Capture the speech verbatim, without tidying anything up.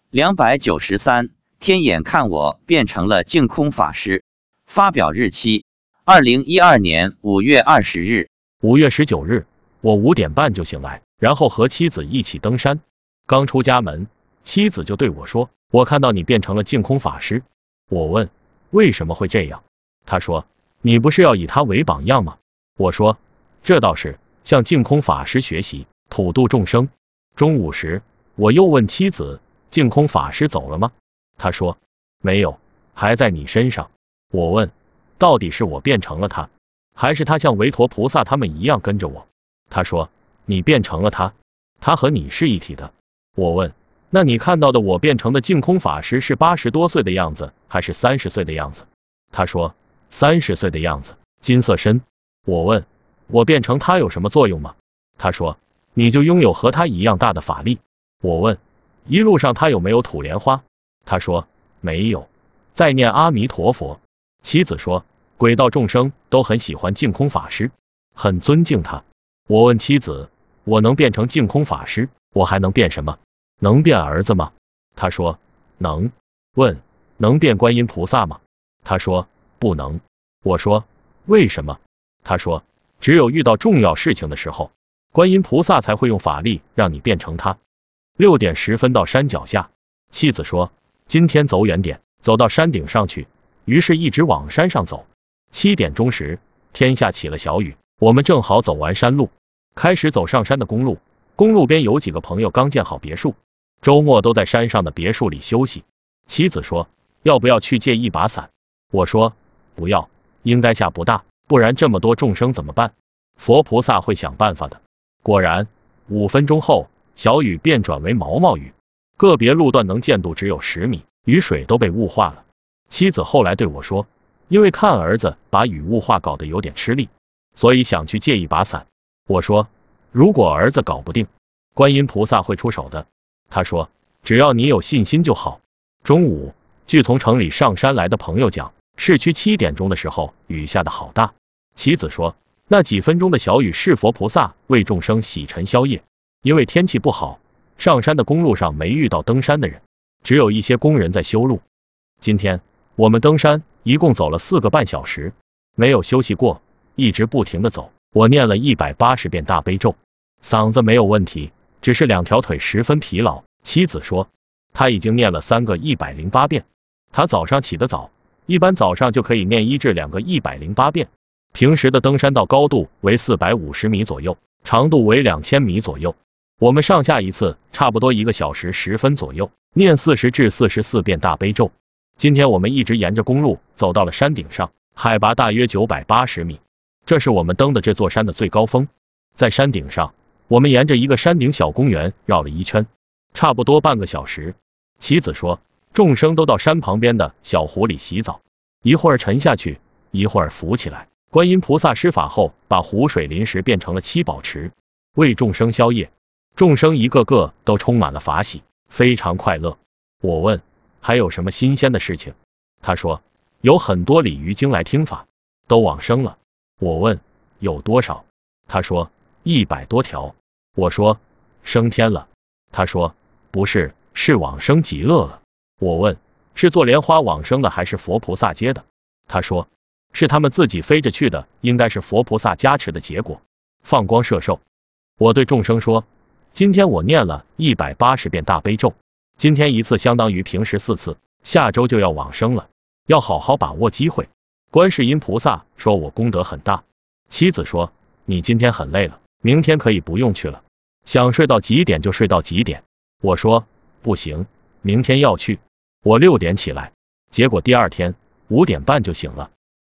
两百九十三，天眼看我变成了净空法师。发表日期：二零一二年五月二十日。 五月十九日，我五点半就醒来，然后和妻子一起登山。刚出家门，妻子就对我说：“我看到你变成了净空法师。”我问：“为什么会这样？”他说：“你不是要以他为榜样吗？”我说：“这倒是，向净空法师学习，普度众生。”中午时，我又问妻子：“净空法师走了吗？”他说：“没有，还在你身上。”我问：“到底是我变成了他，还是他像维陀菩萨他们一样跟着我？”他说：“你变成了他，他和你是一体的。”我问：“那你看到的我变成的净空法师是八十多岁的样子，还是三十岁的样子？”他说：“三十岁的样子，金色身。”我问：“我变成他有什么作用吗？”他说：“你就拥有和他一样大的法力。”我问：“一路上他有没有吐莲花？”他说：“没有，在念阿弥陀佛。”妻子说：“鬼道众生都很喜欢净空法师，很尊敬他。”我问妻子：“我能变成净空法师，我还能变什么？能变儿子吗？”他说：“能。”问：“能变观音菩萨吗？”他说：“不能。”我说：“为什么？”他说：“只有遇到重要事情的时候，观音菩萨才会用法力让你变成他。”六点十分到山脚下，妻子说：“今天走远点，走到山顶上去。”于是一直往山上走。七点钟时，天下起了小雨，我们正好走完山路，开始走上山的公路。公路边有几个朋友刚建好别墅，周末都在山上的别墅里休息。妻子说：“要不要去借一把伞？”我说：“不要，应该下不大，不然这么多众生怎么办？佛菩萨会想办法的。”果然，五分钟后，小雨变转为毛毛雨，个别路段能见度只有十米，雨水都被雾化了。妻子后来对我说，因为看儿子把雨雾化搞得有点吃力，所以想去借一把伞。我说：“如果儿子搞不定，观音菩萨会出手的。”他说：“只要你有信心就好。”中午，据从城里上山来的朋友讲，市区七点钟的时候雨下得好大。妻子说，那几分钟的小雨是佛菩萨为众生洗尘消业。因为天气不好，上山的公路上没遇到登山的人，只有一些工人在修路。今天我们登山一共走了四个半小时，没有休息过，一直不停的走。我念了一百八十遍大悲咒，嗓子没有问题，只是两条腿十分疲劳。妻子说，他已经念了三个一百零八遍。他早上起得早，一般早上就可以念一至两个一百零八遍。平时的登山道高度为四百五十米左右，长度为两千米左右。我们上下一次差不多一个小时十分左右，念四十至四十四遍大悲咒。今天我们一直沿着公路走到了山顶上，海拔大约九百八十米，这是我们登的这座山的最高峰。在山顶上，我们沿着一个山顶小公园绕了一圈，差不多半个小时。妻子说，众生都到山旁边的小湖里洗澡，一会儿沉下去，一会儿浮起来。观音菩萨施法后，把湖水临时变成了七宝池，为众生消业。众生一个个都充满了法喜，非常快乐。我问，还有什么新鲜的事情？他说，有很多鲤鱼精来听法，都往生了。我问，有多少？他说，一百多条。我说，升天了。他说，不是，是往生极乐了。我问，是做莲花往生的还是佛菩萨接的？他说，是他们自己飞着去的，应该是佛菩萨加持的结果，放光摄受。我对众生说，今天我念了一百八十遍大悲咒，今天一次相当于平时四次，下周就要往生了，要好好把握机会。观世音菩萨说我功德很大。妻子说，你今天很累了，明天可以不用去了，想睡到几点就睡到几点。我说，不行，明天要去。我六点起来，结果第二天五点半就醒了。